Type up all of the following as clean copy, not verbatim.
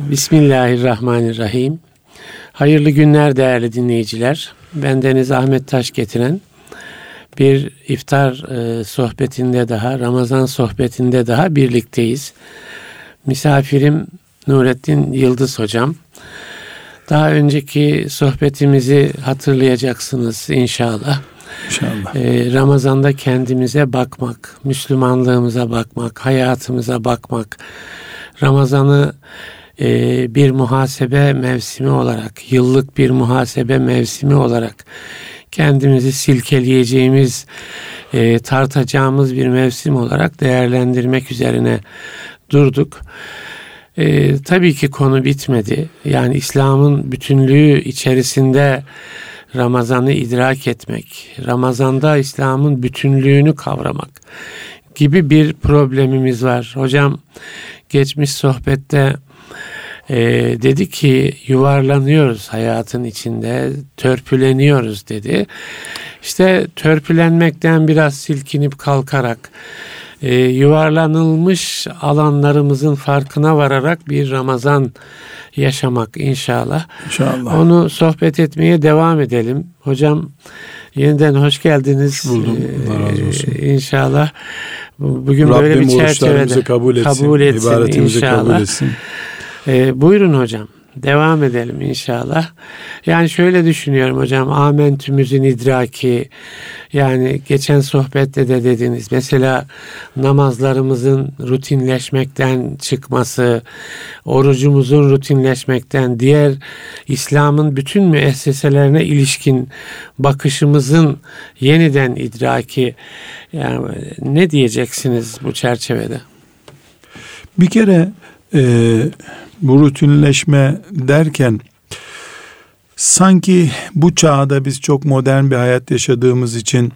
Bismillahirrahmanirrahim. Hayırlı günler değerli dinleyiciler. Bendeniz Ahmet Taş getiren bir iftar sohbetinde daha, Ramazan sohbetinde daha birlikteyiz. Misafirim Nurettin Yıldız hocam. Daha önceki sohbetimizi hatırlayacaksınız inşallah. İnşallah. Ramazan'da kendimize bakmak, Müslümanlığımıza bakmak, hayatımıza bakmak, Ramazan'ı bir muhasebe mevsimi olarak, yıllık bir muhasebe mevsimi olarak kendimizi silkeleyeceğimiz, tartacağımız bir mevsim olarak değerlendirmek üzerine durduk. Tabii ki konu bitmedi. Yani İslam'ın bütünlüğü içerisinde Ramazan'ı idrak etmek, Ramazan'da İslam'ın bütünlüğünü kavramak gibi bir problemimiz var. Hocam geçmiş sohbette dedi ki yuvarlanıyoruz hayatın içinde, törpüleniyoruz dedi. İşte törpülenmekten biraz silkinip kalkarak yuvarlanılmış alanlarımızın farkına vararak bir Ramazan yaşamak inşallah. İnşallah. Onu sohbet etmeye devam edelim. Hocam yeniden hoş geldiniz. Hoş buldum. Allah razı olsun. İnşallah bugün Rabbim böyle bir çerçevede kabul etsin, ibaretimizi inşallah. kabul etsin. Buyurun hocam. Devam edelim inşallah. Yani şöyle düşünüyorum hocam. Amentümüzün idraki, yani geçen sohbette de dediniz. Mesela namazlarımızın rutinleşmekten çıkması, orucumuzun rutinleşmekten, diğer İslam'ın bütün müesseselerine ilişkin bakışımızın yeniden idraki. Yani ne diyeceksiniz bu çerçevede? Bir kere bu rutinleşme derken sanki bu çağda biz çok modern bir hayat yaşadığımız için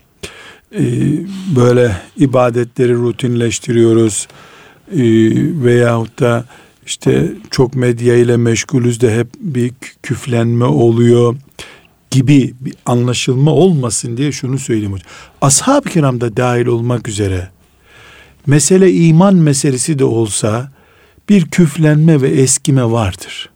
böyle ibadetleri rutinleştiriyoruz veyahut da işte çok medya ile meşgulüz de hep bir küflenme oluyor gibi bir anlaşılma olmasın diye şunu söyleyeyim hocam. Ashab-ı kiram da dahil olmak üzere mesele iman meselesi de olsa bir küflenme ve eskime vardır.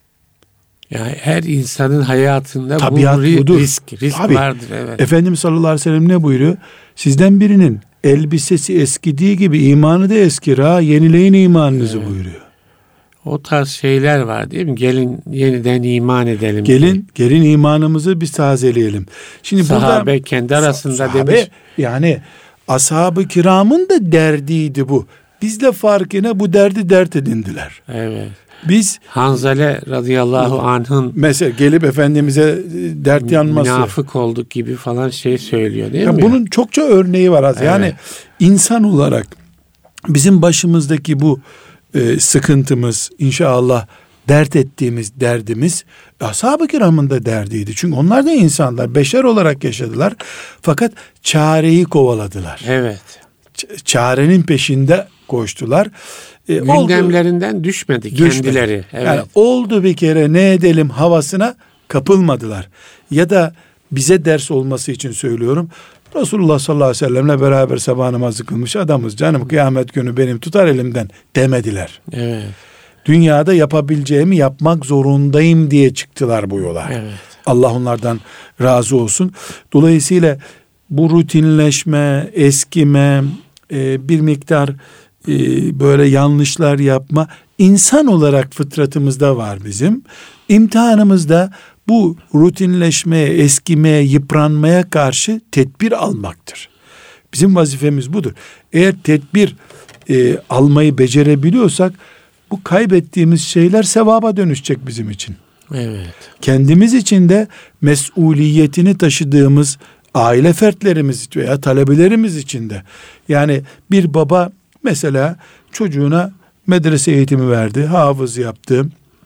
Yani her insanın hayatında tabiat bu risk Tabii. vardır. Evet. Efendimiz sallallahu aleyhi ve sellem ne buyuruyor? Sizden birinin elbisesi eskidiği gibi imanı da eskir ha, yenileyin imanınızı buyuruyor. O tarz şeyler var değil mi? Gelin yeniden iman edelim. Gelin imanımızı biz tazeleyelim. Şimdi sahabe burada kendi arasında demiş. Yani ashab-ı kiramın da derdiydi bu. Bizle farkına bu derdi dert edindiler. Evet. Biz Hanzale radıyallahu anh'ın mesela gelip Efendimiz'e dert yanması, münafık olduk gibi falan şey söylüyor değil yani mi? Bunun çokça örneği var. Evet. Yani insan olarak bizim başımızdaki bu sıkıntımız, inşallah dert ettiğimiz derdimiz ashab-ı kiramın da derdiydi. Çünkü onlar da insanlar, beşer olarak yaşadılar. Fakat çareyi kovaladılar. Evet. Çarenin peşinde koştular. Gündemlerinden düşmedi kendileri. Evet. Yani oldu bir kere ne edelim havasına kapılmadılar. Ya da bize ders olması için söylüyorum. Resulullah sallallahu aleyhi ve sellemle beraber sabah namazı kılmış adamız. Canım kıyamet günü benim tutar elimden demediler. Evet. Dünyada yapabileceğimi yapmak zorundayım diye çıktılar bu yola. Evet. Allah onlardan razı olsun. Dolayısıyla bu rutinleşme, eskime, bir miktar böyle yanlışlar yapma insan olarak fıtratımızda var bizim. İmtihanımız da bu rutinleşmeye, eskimeye, yıpranmaya karşı tedbir almaktır. Bizim vazifemiz budur. Eğer tedbir almayı becerebiliyorsak bu kaybettiğimiz şeyler sevaba dönüşecek bizim için. Evet. Kendimiz için de mesuliyetini taşıdığımız aile fertlerimiz veya talebelerimiz için de. Yani bir baba mesela çocuğuna medrese eğitimi verdi, hafız yaptı,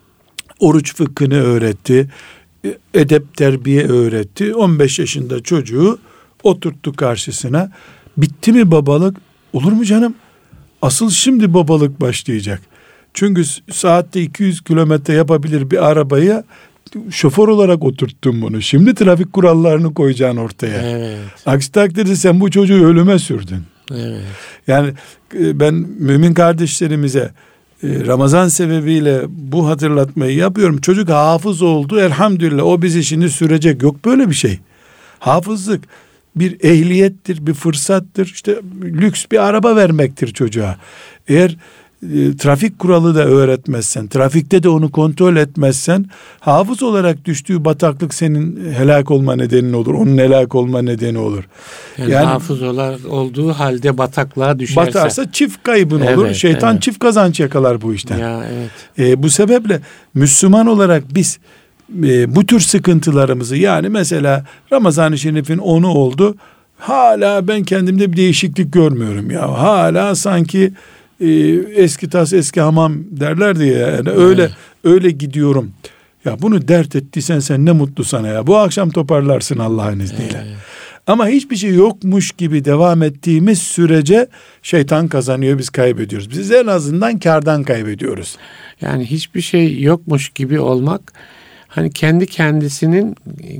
oruç fıkhını öğretti, edep terbiye öğretti. 15 yaşında çocuğu oturttu karşısına. Bitti mi babalık? Olur mu canım? Asıl şimdi babalık başlayacak. Çünkü saatte 200 kilometre yapabilir bir arabaya şoför olarak oturttun bunu. Şimdi trafik kurallarını koyacaksın ortaya. Evet. Aksi takdirde sen bu çocuğu ölüme sürdün. Evet. Yani ben mümin kardeşlerimize Ramazan sebebiyle bu hatırlatmayı yapıyorum. Çocuk hafız oldu, elhamdülillah, o bizi şimdi sürecek. Yok böyle bir şey. Hafızlık bir ehliyettir, bir fırsattır. İşte lüks bir araba vermektir çocuğa. Eğer trafik kuralı da öğretmezsen, trafikte de onu kontrol etmezsen, hafız olarak düştüğü bataklık senin helak olma nedenin olur. Onun helak olma nedeni olur. Yani hafız olduğu halde bataklığa düşerse. Batarsa çift kaybın olur. Şeytan çift kazanç yakalar bu işten. Ya, evet. Bu sebeple Müslüman olarak biz bu tür sıkıntılarımızı, yani mesela Ramazan-ı Şerif'in 10'u oldu. Hala ben kendimde bir değişiklik görmüyorum ya. Hala sanki eski tas eski hamam derlerdi ya. Yani öyle gidiyorum. Ya bunu dert ettiysen sen ne mutlu sana ya. Bu akşam toparlarsın Allah'ın izniyle. Ama hiçbir şey yokmuş gibi devam ettiğimiz sürece şeytan kazanıyor, biz kaybediyoruz. Biz en azından kârdan kaybediyoruz. Yani hiçbir şey yokmuş gibi olmak, hani kendi kendisinin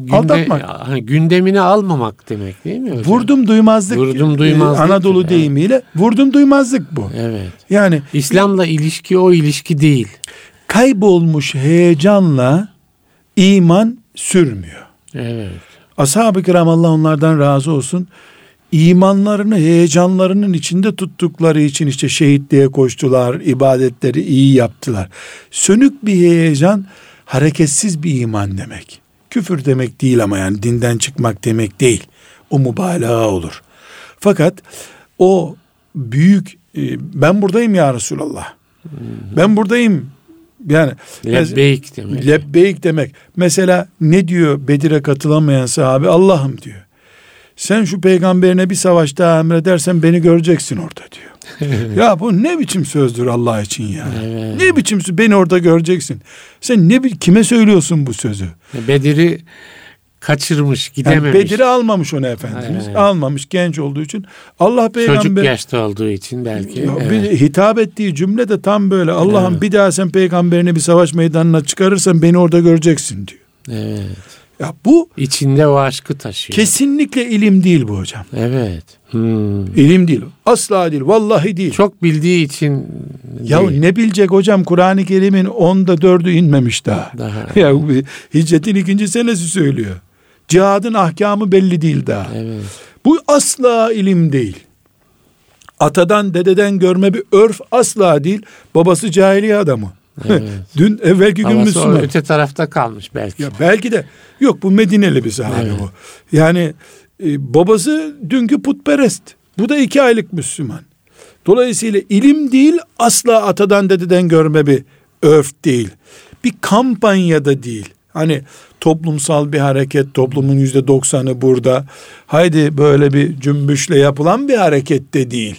gündemine almamak demek değil mi hocam? Vurdum duymazlık. Anadolu deyimiyle vurdum duymazlık bu. Evet. Yani İslam'la ilişki o ilişki değil. Kaybolmuş heyecanla iman sürmüyor. Evet. Ashab-ı kiram, Allah onlardan razı olsun, imanlarını heyecanlarının içinde tuttukları için işte şehitliğe koştular, ibadetleri iyi yaptılar. Sönük bir heyecan hareketsiz bir iman demek. Küfür demek değil ama, yani dinden çıkmak demek değil. O mübalağa olur. Fakat o büyük ben buradayım ya Resulallah. Ben buradayım. Yani lebbeyk demek. Lebbeyk demek. Mesela ne diyor Bedir'e katılamayan sahabe? Allah'ım diyor, sen şu peygamberine bir savaş daha emredersen beni göreceksin orada diyor. Ya bu ne biçim sözdür Allah için ya? Evet. Ne biçim söz, beni orada göreceksin. Sen kime söylüyorsun bu sözü? Bedir'i kaçırmış, gidememiş. Yani Bedir'i almamış onu Efendimiz. Evet. Almamış, genç olduğu için. Allah peygamber, çocuk yaşta olduğu için belki. Bir hitap ettiği cümle de tam böyle. Allah'ım bir daha sen peygamberini bir savaş meydanına çıkarırsan beni orada göreceksin diyor. Evet. Ya bu içinde o aşkı taşıyor. Kesinlikle ilim değil bu hocam. Evet. İlim değil. Asla değil. Vallahi değil. Çok bildiği için ya değil. Ne bilecek hocam? Kur'an-ı Kerim'in 10'da 4'ü inmemiş daha. Ya hicretin 2. senesi söylüyor. Cihadın ahkamı belli değil daha. Evet. Bu asla ilim değil. Atadan dededen görme bir örf asla değil. Babası cahiliye adamı. Evet. Dün evvelki gün Müslüman. Öte tarafta kalmış belki. Ya belki de. Yok, bu Medineli bir sahabe bu. Yani babası dünkü putperest. Bu da 2 aylık Müslüman. Dolayısıyla ilim değil, asla atadan dededen görme bir örf değil. Bir kampanyada değil. Hani toplumsal bir hareket, toplumun %90'ı burada, haydi böyle bir cümbüşle yapılan bir hareket de değil.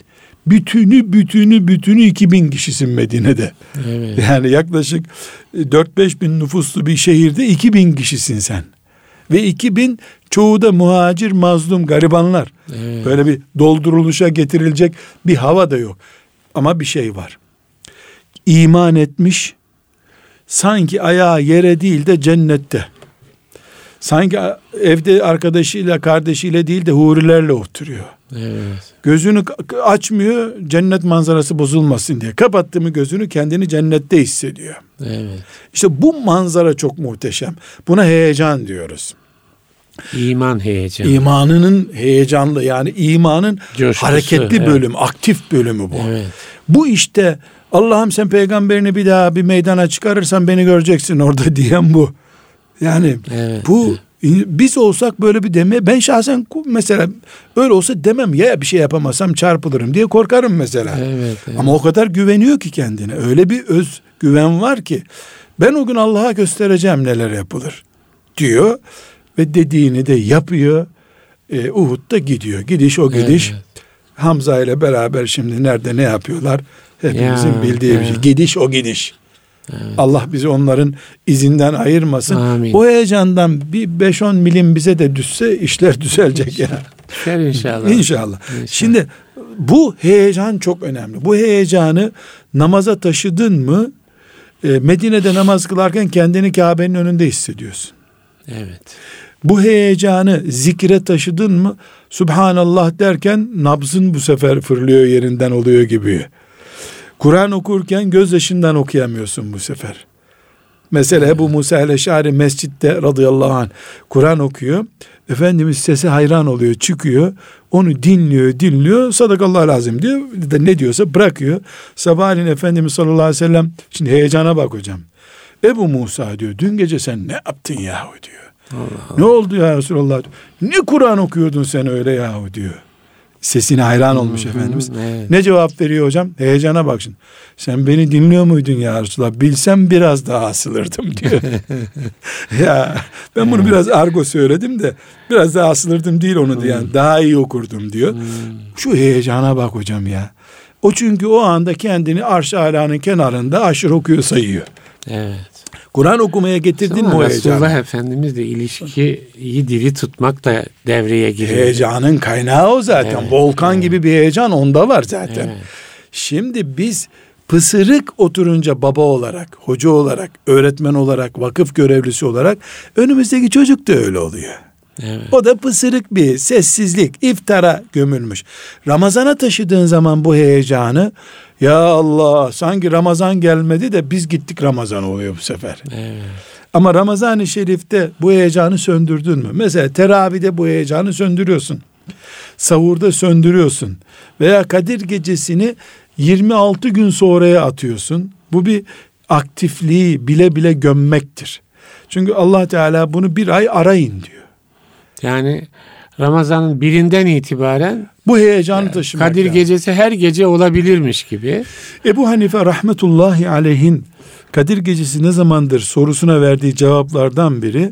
Bütünü 2000 kişisin Medine'de. Evet. Yani yaklaşık 4-5 bin nüfuslu bir şehirde 2000 kişisin sen. Ve 2000 çoğu da muhacir, mazlum, garibanlar. Evet. Böyle bir dolduruluşa getirilecek bir hava da yok. Ama bir şey var. İman etmiş, sanki ayağı yere değil de cennette. Sanki evde arkadaşıyla, kardeşiyle değil de hurilerle oturuyor. Evet. Gözünü açmıyor, cennet manzarası bozulmasın diye. Kapattı mı gözünü, kendini cennette hissediyor. Evet. İşte bu manzara çok muhteşem. Buna heyecan diyoruz. İman heyecanı. İmanının heyecanlı, yani imanın coşkusu, hareketli bölüm, aktif bölümü bu. Evet. Bu işte Allah'ım sen peygamberini bir daha bir meydana çıkarırsan beni göreceksin orada diyen bu. Yani bu biz olsak böyle bir deme, ben şahsen mesela öyle olsa demem ya, bir şey yapamazsam çarpılırım diye korkarım mesela. Evet. Ama o kadar güveniyor ki kendine. Öyle bir öz güven var ki ben o gün Allah'a göstereceğim neler yapılır diyor ve dediğini de yapıyor. Uhud'da gidiyor. Gidiş o gidiş. Evet. Hamza ile beraber şimdi nerede ne yapıyorlar? Hepimizin bildiği bir şey. Gidiş o gidiş. Evet. Allah bizi onların izinden ayırmasın. Amin. O heyecandan bir 5-10 milim bize de düşse işler düzelecek ya. Düşer inşallah. İnşallah. Şimdi bu heyecan çok önemli. Bu heyecanı namaza taşıdın mı Medine'de namaz kılarken kendini Kabe'nin önünde hissediyorsun. Evet. Bu heyecanı zikre taşıdın mı Subhanallah derken nabzın bu sefer fırlıyor, yerinden oluyor gibi. Kur'an okurken gözyaşından okuyamıyorsun bu sefer. Mesela Ebu Musa el-Eş'ari mescitte radıyallahu anh Kur'an okuyor. Efendimiz sesi hayran oluyor, çıkıyor. Onu dinliyor. Sadakallahu lazım diyor. Ne diyorsa bırakıyor. Sabahleyin Efendimiz sallallahu aleyhi ve sellem, şimdi heyecana bak hocam. Ebu Musa diyor, dün gece sen ne yaptın yahu diyor. Allah. Ne oldu ya Resulallah diyor. Ne Kur'an okuyordun sen öyle yahu diyor. Sesine hayran olmuş Efendimiz. Evet. Ne cevap veriyor hocam? Heyecana bak şimdi. Sen beni dinliyor muydun ya Resulallah? Bilsem biraz daha asılırdım diyor. Ya ben bunu biraz argo söyledim de biraz daha asılırdım değil onu diyor. Yani daha iyi okurdum diyor. Şu heyecana bak hocam ya. O çünkü o anda kendini arş-ı alanın kenarında aşırı okuyor sayıyor. Evet. Kur'an okumaya getirdin mi o heyecanı? Resulullah Efendimizle ilişkiyi diri tutmak da devreye giriyor. Heyecanın kaynağı o zaten. Evet, volkan gibi bir heyecan onda var zaten. Evet. Şimdi biz pısırık oturunca baba olarak, hoca olarak, öğretmen olarak, vakıf görevlisi olarak önümüzdeki çocuk da öyle oluyor. Evet. O da pısırık bir sessizlik, iftara gömülmüş. Ramazana taşıdığın zaman bu heyecanı, ya Allah sanki Ramazan gelmedi de biz gittik Ramazan oluyor bu sefer. Evet. Ama Ramazan-ı Şerif'te bu heyecanı söndürdün mü? Mesela teravide bu heyecanı söndürüyorsun. Sahurda söndürüyorsun. Veya Kadir Gecesi'ni 26 gün sonraya atıyorsun. Bu bir aktifliği bile bile gömmektir. Çünkü Allah Teala bunu bir ay arayın diyor. Yani Ramazan'ın birinden itibaren bu heyecanı taşımak. Kadir Gecesi her gece olabilirmiş gibi. Ebu Hanife rahmetullahi aleyhin Kadir Gecesi ne zamandır sorusuna verdiği cevaplardan biri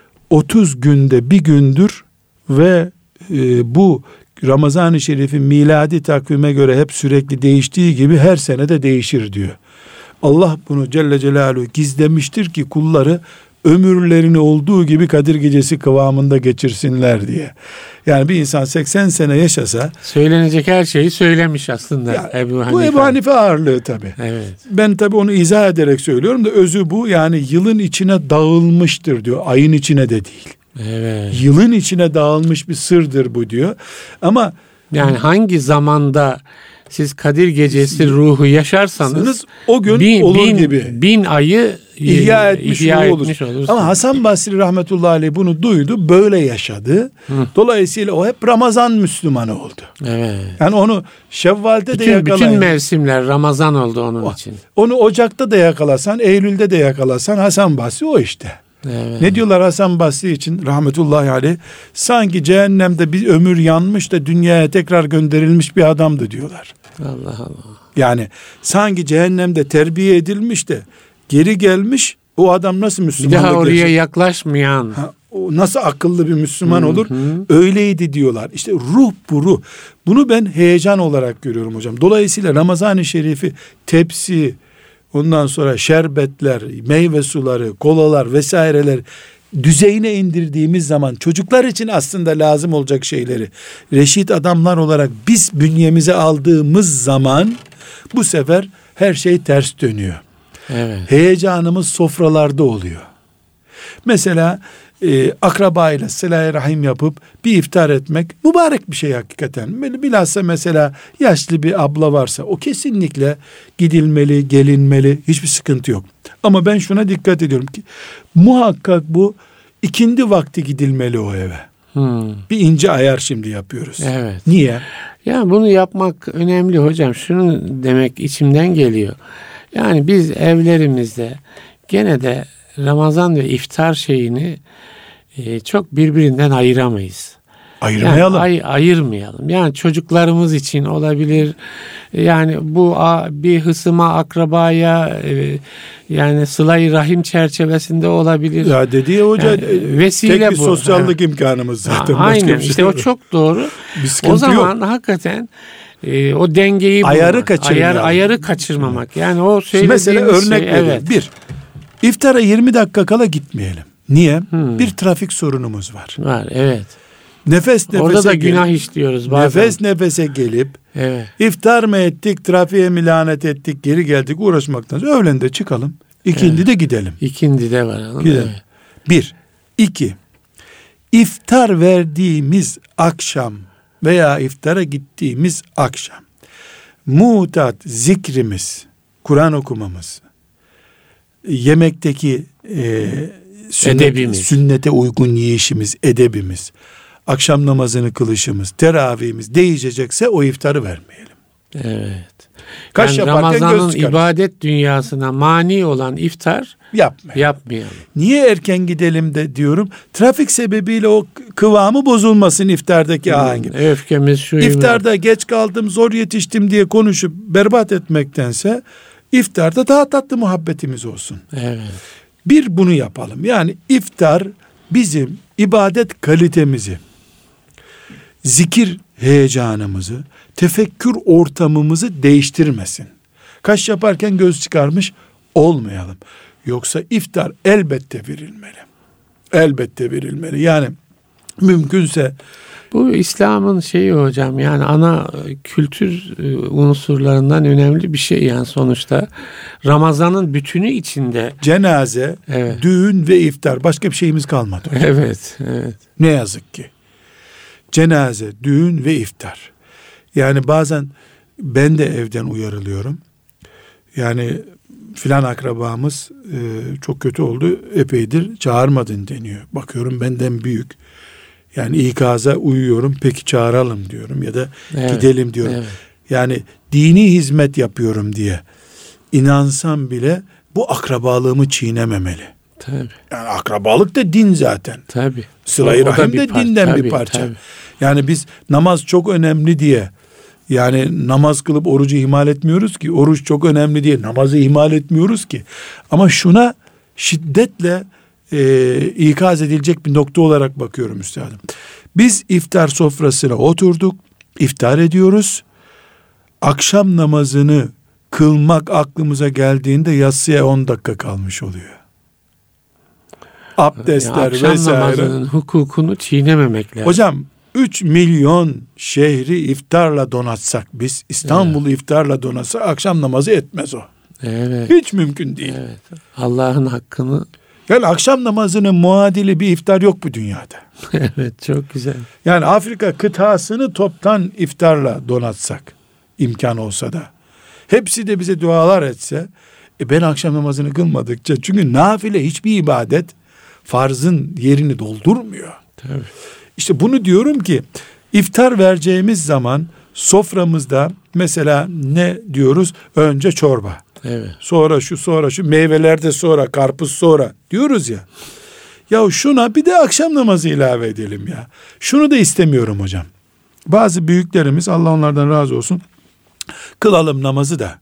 30 günde bir gündür ve bu Ramazan-ı Şerif'in miladi takvime göre hep sürekli değiştiği gibi her sene de değişir diyor. Allah bunu Celle Celaluhu gizlemiştir ki kulları ömürlerini olduğu gibi Kadir Gecesi kıvamında geçirsinler diye. Yani bir insan 80 sene yaşasa söylenecek her şeyi söylemiş aslında Ebu Hanife. Bu Ebu Hanife ağırlığı tabii. Evet. Ben tabii onu izah ederek söylüyorum da özü bu, yani yılın içine dağılmıştır diyor. Ayın içine de değil. Evet. Yılın içine dağılmış bir sırdır bu diyor. Ama yani hangi zamanda siz Kadir Gecesi ruhu yaşarsanız o gün olur gibi. 1000 ayı ihya etmiş olur. Ama Hasan Basri rahmetullahi aleyh bunu duydu, böyle yaşadı. Dolayısıyla o hep Ramazan Müslümanı oldu. Evet. Yani onu Şevval'de de yakalayın. Bütün mevsimler Ramazan oldu onun için. Onu Ocak'ta da yakalasan, Eylül'de de yakalasan Hasan Basri o işte. Evet. Ne diyorlar Hasan Basri için rahmetullahi aleyh? Sanki cehennemde bir ömür yanmış da dünyaya tekrar gönderilmiş bir adamdı diyorlar. Allah Allah. Yani sanki cehennemde terbiye edilmiş de geri gelmiş, o adam nasıl Müslüman? Bir daha oraya yaklaşmayan. O nasıl akıllı bir Müslüman olur? Öyleydi diyorlar. İşte ruh bu ruh. Bunu ben heyecan olarak görüyorum hocam. Dolayısıyla Ramazan-ı Şerif'i tepsi, ondan sonra şerbetler, meyve suları, kolalar vesaireler düzeyine indirdiğimiz zaman çocuklar için aslında lazım olacak şeyleri reşit adamlar olarak biz bünyemize aldığımız zaman bu sefer her şey ters dönüyor. Evet. Heyecanımız sofralarda oluyor. Mesela akrabayla sıla-i rahim yapıp bir iftar etmek mübarek bir şey hakikaten. Bilhassa mesela yaşlı bir abla varsa o kesinlikle gidilmeli, gelinmeli, hiçbir sıkıntı yok. Ama ben şuna dikkat ediyorum ki muhakkak bu ikindi vakti gidilmeli o eve. Bir ince ayar şimdi yapıyoruz. Evet. Niye? Ya bunu yapmak önemli hocam. Şunu demek içimden geliyor. Yani biz evlerimizde gene de Ramazan ve iftar şeyini çok birbirinden ayıramayız. Ayırmayalım. Yani ayırmayalım. Yani çocuklarımız için olabilir. Yani bu bir hısıma, akrabaya yani sıla-i rahim çerçevesinde olabilir. Ya dediği hoca yani, vesile tek bir bu. Sosyallik imkanımız zaten. Aynen işte şey o çok doğru. O zaman yok. Hakikaten o dengeyi bulmak, ayarı kaçırmamak. Yani o mesela örnek evet. Bir, iftara 20 dakika kala gitmeyelim. Niye? Bir trafik sorunumuz var. Var, evet. Nefes nefese orada da günah işliyoruz bazen. Nefes nefese gelip iftar mı ettik, trafiğe mi lanet ettik, geri geldik uğraşmaktan. Öğlende çıkalım, ikindi de gidelim. İkindi de var. Gidelim. Evet. Bir. İki. İftar verdiğimiz akşam veya iftara gittiğimiz akşam mutat zikrimiz, Kur'an okumamız, yemekteki sünnete uygun yiyişimiz, edebimiz, akşam namazını kılışımız, teravihimiz değişecekse o iftarı vermeyelim. Evet. Kaş yani Ramazan'ın ibadet dünyasına mani olan iftar yapmayalım. Niye erken gidelim de diyorum? Trafik sebebiyle o kıvamı bozulmasın iftardaki ahengi. Öfkemiz şuyum. İftarda geç kaldım, zor yetiştim diye konuşup berbat etmektense iftarda daha tatlı muhabbetimiz olsun. Evet. Bir bunu yapalım. Yani iftar bizim ibadet kalitemizi, zikir heyecanımızı, tefekkür ortamımızı değiştirmesin. Kaş yaparken göz çıkarmış olmayalım. Yoksa iftar elbette verilmeli. Elbette verilmeli. Yani mümkünse bu İslam'ın şeyi hocam, yani ana kültür unsurlarından önemli bir şey yani sonuçta. Ramazan'ın bütünü içinde cenaze, düğün ve iftar, başka bir şeyimiz kalmadı. Evet, evet. Ne yazık ki. Cenaze, düğün ve iftar. Yani bazen ben de evden uyarılıyorum. Yani filan akrabamız çok kötü oldu, epeydir çağırmadın deniyor. Bakıyorum benden büyük. Yani ikaza uyuyorum, peki çağıralım diyorum ya da gidelim diyorum. Evet. Yani dini hizmet yapıyorum diye inansam bile bu akrabalığımı çiğnememeli. Tabii. Yani akrabalık da din zaten. Tabii. Sıla-i Rahim de dinden bir parça. Tabii. Yani biz namaz çok önemli diye, yani namaz kılıp orucu ihmal etmiyoruz ki, oruç çok önemli diye namazı ihmal etmiyoruz ki. Ama şuna şiddetle ikaz edilecek bir nokta olarak bakıyorum üstadım. Biz iftar sofrasına oturduk, iftar ediyoruz. Akşam namazını kılmak aklımıza geldiğinde yatsıya 10 dakika kalmış oluyor. Abdestler akşam vesaire. Akşam namazının hukukunu çiğnememek lazım. Hocam 3 milyon şehri iftarla donatsak biz, İstanbul'u iftarla donatsak akşam namazı etmez o. Evet. Hiç mümkün değil. Evet. Allah'ın hakkını. Yani akşam namazının muadili bir iftar yok bu dünyada. Evet, çok güzel. Yani Afrika kıtasını toptan iftarla donatsak, imkan olsa da, hepsi de bize dualar etse, ben akşam namazını kılmadıkça, çünkü nafile hiçbir ibadet farzın yerini doldurmuyor. Tabii. İşte bunu diyorum ki, iftar vereceğimiz zaman soframızda mesela ne diyoruz? Önce çorba. Evet. Sonra şu, meyveler de sonra, karpuz sonra diyoruz ya. Ya şuna bir de akşam namazı ilave edelim ya. Şunu da istemiyorum hocam. Bazı büyüklerimiz, Allah onlardan razı olsun, kılalım namazı da.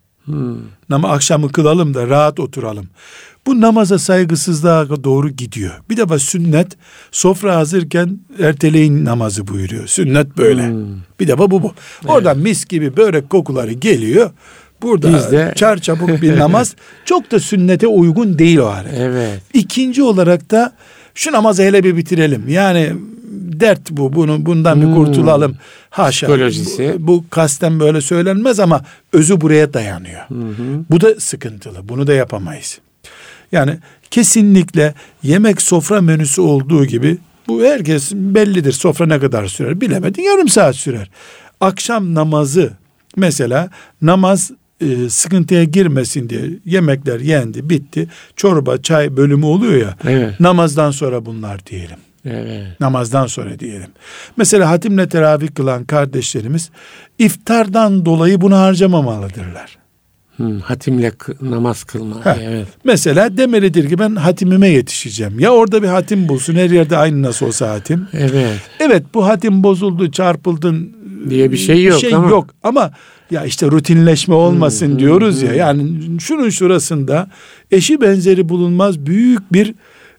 Akşamı kılalım da rahat oturalım. Bu namaza saygısızlığa doğru gidiyor. Bir de sünnet, sofra hazırken erteleyin namazı buyuruyor. Sünnet böyle. Bir de bu. Oradan mis gibi börek kokuları geliyor. Burada çarçabuk bir namaz çok da sünnete uygun değil o hareket. Evet. İkinci olarak da şu namazı hele bir bitirelim. Yani dert bu. Bundan bir kurtulalım. Haşa. Psikolojisi. Bu kasten böyle söylenmez ama özü buraya dayanıyor. Bu da sıkıntılı. Bunu da yapamayız. Yani kesinlikle yemek sofra menüsü olduğu gibi, bu herkes bellidir. Sofra ne kadar sürer? Bilemedin, yarım saat sürer. Akşam namazı mesela, namaz sıkıntıya girmesin diye yemekler yendi, bitti. Çorba, çay bölümü oluyor ya. Evet. Namazdan sonra bunlar diyelim. Evet. Namazdan sonra diyelim. Mesela hatimle teravih kılan kardeşlerimiz iftardan dolayı bunu harcamamalıdırlar. Hatimle namaz kılma. Evet. Mesela demelidir ki ben hatimime yetişeceğim. Ya orada bir hatim bulsun, her yerde aynı nasıl olsa hatim. Evet. Evet, bu hatim bozuldu, çarpıldın diye bir şey yok. Yok ama ya işte rutinleşme olmasın diyoruz ya. Yani şunun şurasında eşi benzeri bulunmaz büyük bir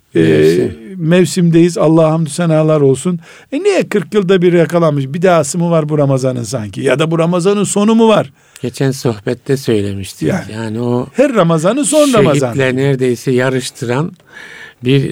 mevsimdeyiz. Allah'a hamdü senalar olsun. Niye 40 yılda bir yakalanmış? Bir dahası mı var bu Ramazan'ın sanki? Ya da bu Ramazan'ın sonu mu var? Geçen sohbette söylemiştik. Yani o her Ramazan'ın son Ramazan. Şehitler neredeyse yarıştıran bir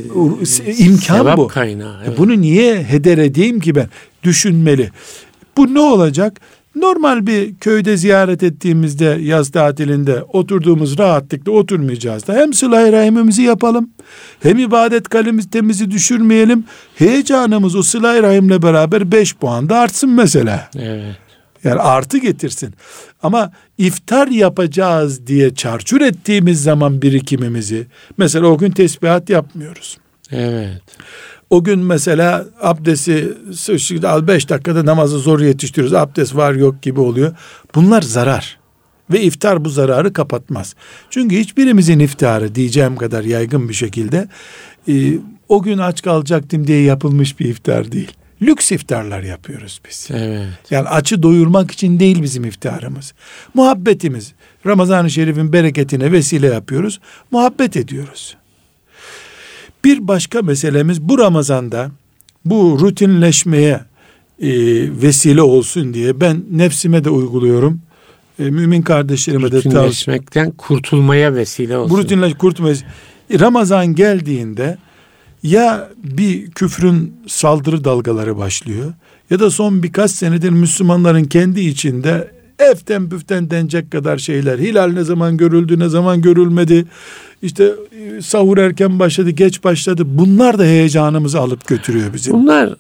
imkan bu. Kaynağı. Evet. Bunu niye heder edeyim ki ben? Düşünmeli. Bu ne olacak? Normal bir köyde ziyaret ettiğimizde, yaz tatilinde oturduğumuz rahatlıkla oturmayacağız da hem sıla-i rahimimizi yapalım, hem ibadet kalitemizi düşürmeyelim. Heyecanımız o sıla-i rahimle beraber 5 puan da artsın mesela. Evet. Yani artı getirsin. Ama iftar yapacağız diye çarçur ettiğimiz zaman birikimimizi, mesela o gün tesbihat yapmıyoruz. Evet. O gün mesela abdesti 5 dakikada namazı zor yetiştiriyoruz. Abdest var yok gibi oluyor. Bunlar zarar. Ve iftar bu zararı kapatmaz. Çünkü hiçbirimizin iftarı diyeceğim kadar yaygın bir şekilde o gün aç kalacaktım diye yapılmış bir iftar değil. Lüks iftarlar yapıyoruz biz. Evet. Yani açı doyurmak için değil bizim iftarımız. Muhabbetimiz. Ramazan-ı Şerif'in bereketine vesile yapıyoruz. Muhabbet ediyoruz. Bir başka meselemiz bu Ramazan'da bu rutinleşmeye vesile olsun diye ben nefsime de uyguluyorum. Mümin kardeşlerime de rutinleşmekten kurtulmaya vesile olsun. Bu kurtulmaya. Ramazan geldiğinde ya bir küfrün saldırı dalgaları başlıyor ya da son birkaç senedir Müslümanların kendi içinde eften püften denecek kadar şeyler. Hilal ne zaman görüldü, ne zaman görülmedi. İşte sahur erken başladı, geç başladı. Bunlar da heyecanımızı alıp götürüyor bizim. Bunlar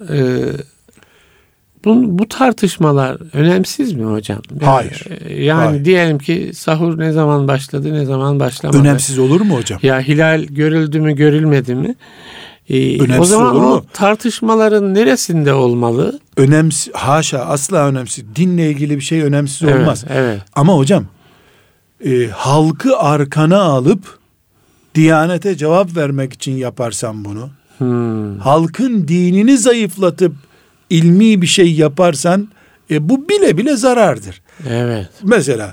bu tartışmalar önemsiz mi hocam? Hayır. Yani hayır. Diyelim ki sahur ne zaman başladı, ne zaman başlamadı. Önemsiz olur mu hocam? Ya hilal görüldü mü, görülmedi mi? Önemsiz o zaman olur mu? o tartışmaların neresinde olmalı? Önemsiz, haşa, asla önemsiz. Dinle ilgili bir şey önemsiz olmaz. Evet. Ama hocam halkı arkana alıp Diyanete cevap vermek için yaparsan bunu, halkın dinini zayıflatıp ilmi bir şey yaparsan bu bile bile zarardır. Evet. Mesela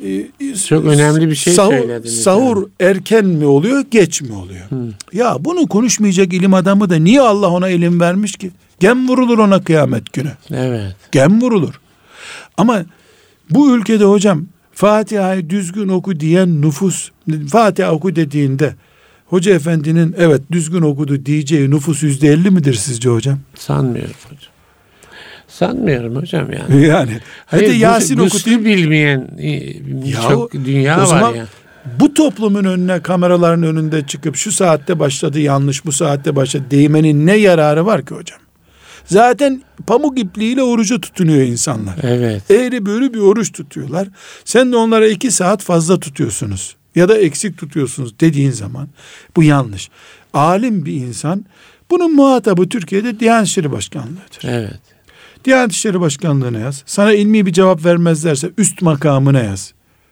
çok önemli bir şey söylediniz. Sahur yani. Erken mi oluyor, geç mi oluyor? Ya bunu konuşmayacak ilim adamı da niye Allah ona ilim vermiş ki? Gem vurulur ona kıyamet günü. Evet. Gem vurulur. Ama bu ülkede hocam Fatiha'yı düzgün oku diyen nüfus, Fatiha oku dediğinde hoca efendinin evet düzgün okudu diyeceği nüfus %50 midir sizce hocam? Sanmıyorum hocam. Sanmıyorum hocam yani. Yani. Hayır, hadi Yasin okutayım. Bilmeyen çok dünya var ya. Bu toplumun önüne, kameraların önünde çıkıp şu saatte başladı yanlış, bu saatte başladı değmenin ne yararı var ki hocam? Zaten pamuk ipliğiyle orucu tutunuyor insanlar. Evet. Eğri büğrü bir oruç tutuyorlar. Sen de onlara 2 saat fazla tutuyorsunuz. Ya da eksik tutuyorsunuz dediğin zaman bu yanlış. Alim bir insan, bunun muhatabı Türkiye'de Diyanet İşleri Başkanlığı'dır. Evet. Diyanet İşleri Başkanlığı'na yaz. Sana ilmi bir cevap vermezlerse üst makamına yaz.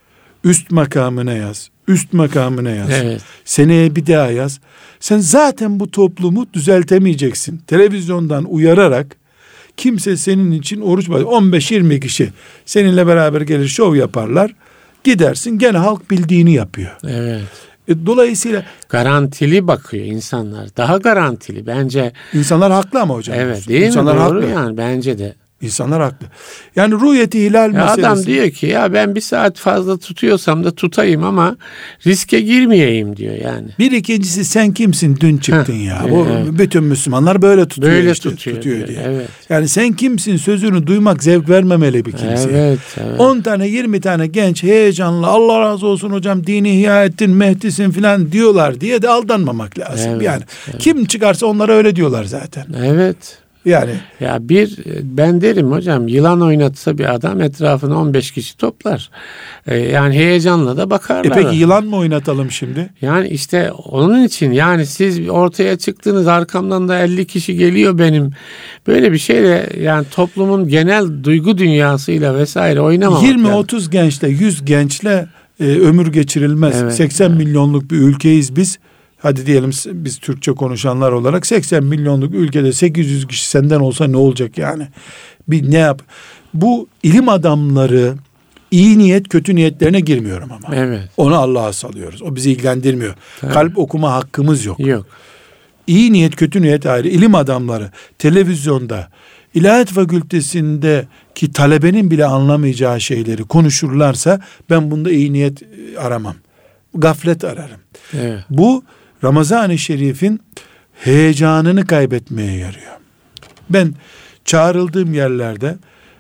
Üst makamına yaz. Üst makamına yaz. Evet. Seneye bir daha yaz. Sen zaten bu toplumu düzeltemeyeceksin. Televizyondan uyararak kimse senin için oruç başlar. 15-20 kişi seninle beraber gelir şov yaparlar. Gidersin gene halk bildiğini yapıyor. Evet. Dolayısıyla garantili bakıyor insanlar. Daha garantili bence. İnsanlar haklı ama hocam. Evet değil insanlar mi? Doğru haklı. yani bence de. İnsanlar haklı. Yani rüyeti hilal meselesi. Adam diyor ki ya ben 1 saat fazla tutuyorsam da tutayım ama riske girmeyeyim diyor yani. Bir ikincisi sen kimsin dün çıktın ya. Bu bütün Müslümanlar böyle tutuyor. Böyle işte, tutuyor diye. Evet. Yani sen kimsin sözünü duymak zevk vermemeli bir kimseye. Evet. 10 tane 20 tane genç heyecanlı Allah razı olsun hocam dini ihya ettin Mehdi'sin filan diyorlar diye de aldanmamak lazım. Evet, yani kim çıkarsa onlara öyle diyorlar zaten. Evet. Yani. Ya ben derim hocam yılan oynatsa bir adam etrafına 15 kişi toplar. Yani heyecanla da bakarlar. Peki yılan mı oynatalım şimdi? Yani işte onun için yani siz ortaya çıktınız arkamdan da 50 kişi geliyor benim. Böyle bir şeyle yani toplumun genel duygu dünyasıyla vesaire oynamamak. 20-30 gençle 100 gençle ömür geçirilmez. Evet, 80 milyonluk bir ülkeyiz biz. Hadi diyelim biz Türkçe konuşanlar olarak 80 milyonluk ülkede 800 kişi senden olsa ne olacak yani? Bir ne yap? Bu ilim adamları iyi niyet kötü niyetlerine girmiyorum ama. Evet. Onu Allah'a salıyoruz. O bizi ilgilendirmiyor. Tabii. Kalp okuma hakkımız yok. Yok. İyi niyet kötü niyet ayrı. İlim adamları televizyonda İlahiyat Fakültesindeki talebenin bile anlamayacağı şeyleri konuşurlarsa ben bunda iyi niyet aramam. Gaflet ararım. Evet. Bu Ramazan-ı Şerif'in heyecanını kaybetmeye yarıyor. Ben çağrıldığım yerlerde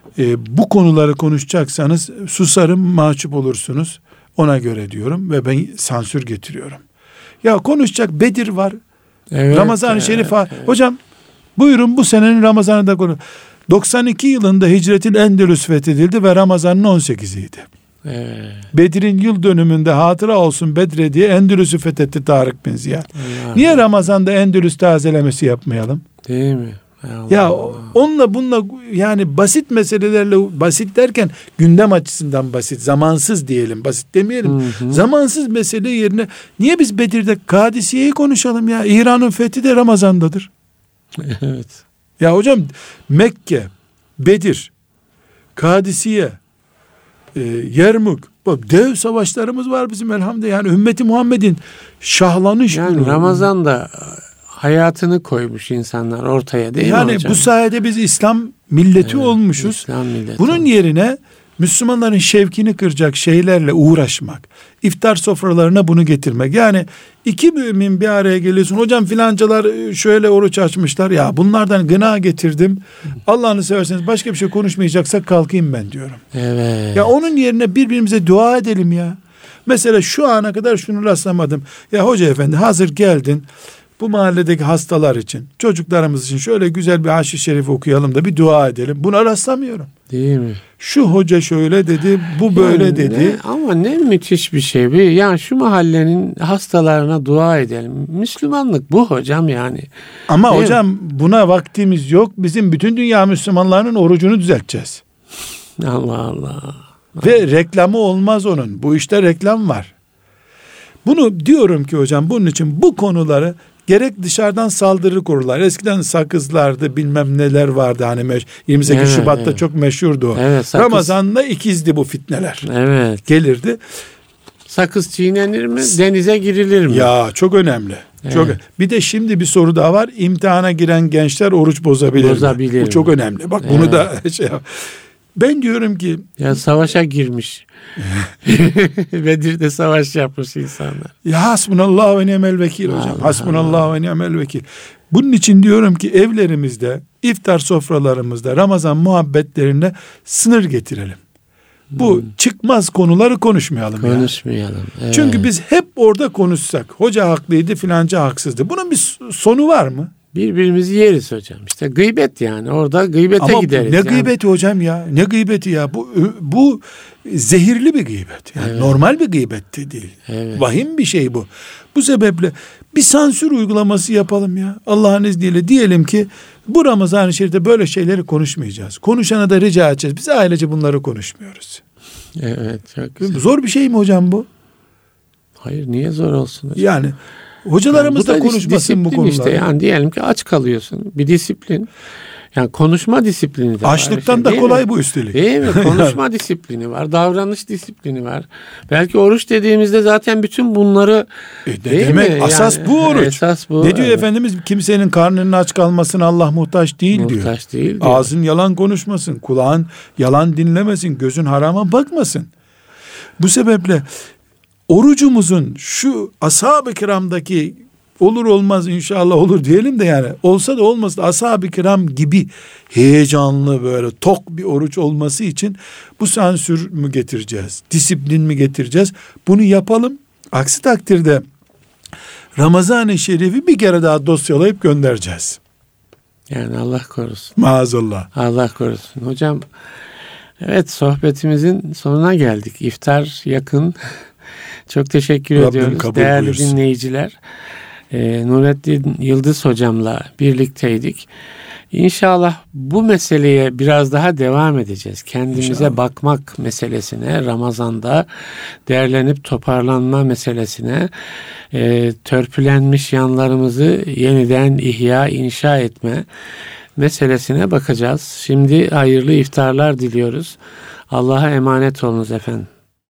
bu konuları konuşacaksanız susarım, mahcup olursunuz. Ona göre diyorum ve ben sansür getiriyorum. Ya konuşacak Bedir var. Evet, Ramazan-ı Şerif var. Evet. Hocam buyurun bu senenin Ramazan'ı da konu. 92 yılında Hicretil Endülüs fethedildi ve Ramazan'ın 18'iydi. Evet. Bedir'in yıl dönümünde hatıra olsun Bedre diye Endülüs'ü fethetti Tarık bin Ziyad. Niye Ramazan'da Endülüs tazelemesi yapmayalım? Değil mi? Ya onunla bununla, yani basit meselelerle, basit derken gündem açısından basit, zamansız diyelim, basit demeyelim. Zamansız mesele yerine niye biz Bedir'de Kadisiye'yi konuşalım ya? İran'ın fethi de Ramazan'dadır. Evet. Ya hocam, Mekke, Bedir, Kadisiye, Yermük, dev savaşlarımız var bizim elhamdülillah. Yani ümmeti Muhammed'in şahlanış yani günü. Ramazan'da hayatını koymuş insanlar ortaya, değil mi hocam? Yani bu sayede biz İslam milleti olmuşuz. İslam milleti bunun yerine Müslümanların şevkini kıracak şeylerle uğraşmak, iftar sofralarına bunu getirmek. Yani iki mümin bir araya geliyorsun. Hocam filancalar şöyle oruç açmışlar. Ya bunlardan gına getirdim. Allah'ını severseniz başka bir şey konuşmayacaksak kalkayım ben diyorum. Evet. Ya onun yerine birbirimize dua edelim ya. Mesela şu ana kadar şunu rastlamadım. Ya hoca efendi, hazır geldin, bu mahalledeki hastalar için, çocuklarımız için şöyle güzel bir haşi şerif okuyalım da bir dua edelim. Buna rastlamıyorum. Değil mi? Şu hoca şöyle dedi, bu böyle yani dedi. Ama ne müthiş bir şey. Yani şu mahallenin hastalarına dua edelim. Müslümanlık bu hocam yani. Ama hocam buna vaktimiz yok. Bizim bütün dünya Müslümanlarının orucunu düzelteceğiz. Allah Allah. Ve reklamı olmaz onun. Bu işte reklam var. Bunu diyorum ki hocam, bunun için bu konuları gerek dışarıdan saldırı kururlar. Eskiden sakızlardı, bilmem neler vardı. Hani 28 Şubat'ta çok meşhurdu o. Evet, sakız. Ramazan'da ikizdi bu fitneler. Evet. Gelirdi. Sakız çiğnenir mi? Denize girilir mi? Ya çok önemli. Evet. Çok. Bir de şimdi bir soru daha var. İmtihana giren gençler oruç bozabilir mi? Bu çok önemli. Bak bunu da ben diyorum ki, ya savaşa girmiş. Bedir'de savaş yapmış insanlar. Ya hasbunallah ve ni'mel vekil hocam. Hasbunallah ve ni'mel vekil. Bunun için diyorum ki evlerimizde, iftar sofralarımızda, Ramazan muhabbetlerine sınır getirelim. Bu çıkmaz konuları konuşmayalım. Konuşmayalım. Evet. Çünkü biz hep orada konuşsak, hoca haklıydı filanca haksızdı. Bunun bir sonu var mı? Birbirimizi yeriz hocam. İşte gıybet yani. Orada gıybete gideriz. Ne gıybeti hocam ya? Ne gıybeti ya? Bu zehirli bir gıybet. Yani normal bir gıybet de değil. Evet. Vahim bir şey bu. Bu sebeple bir sansür uygulaması yapalım ya. Allah'ın izniyle diyelim ki bu Ramazan-ı Şerif'te böyle şeyleri konuşmayacağız. Konuşana da rica edeceğiz. Biz ailece bunları konuşmuyoruz. Evet. Çok güzel. Zor bir şey mi hocam bu? Hayır, niye zor olsun hocam? Yani hocalarımız da konuşmasın bu konuları. İşte yani diyelim ki aç kalıyorsun. Bir disiplin. Yani konuşma disiplini de açlıktan var. da kolay bu üstelik. Değil mi? Konuşma disiplini var. Davranış disiplini var. Belki oruç dediğimizde zaten bütün bunları demek mi? Asas bu oruç. Esas bu. Ne diyor Efendimiz? Kimsenin karnının aç kalmasına Allah muhtaç değil diyor. Muhtaç değil diyor. Ağzın yalan konuşmasın. Kulağın yalan dinlemesin. Gözün harama bakmasın. Bu sebeple orucumuzun şu ashab-ı kiramdaki, olur olmaz inşallah olur diyelim de, yani olsa da olmasa da ashab-ı kiram gibi heyecanlı, böyle tok bir oruç olması için bu sansür mü getireceğiz? Disiplin mi getireceğiz? Bunu yapalım. Aksi takdirde Ramazan-ı Şerif'i bir kere daha dosyalayıp göndereceğiz. Yani Allah korusun. Maazallah. Allah korusun. Hocam, evet, sohbetimizin sonuna geldik. İftar yakın. Çok teşekkür ediyoruz değerli dinleyiciler. Nurettin Yıldız hocamla birlikteydik. İnşallah bu meseleye biraz daha devam edeceğiz. Kendimize bakmak meselesine, Ramazan'da değerlenip toparlanma meselesine, törpülenmiş yanlarımızı yeniden ihya, inşa etme meselesine bakacağız. Şimdi hayırlı iftarlar diliyoruz. Allah'a emanet olunuz efendim.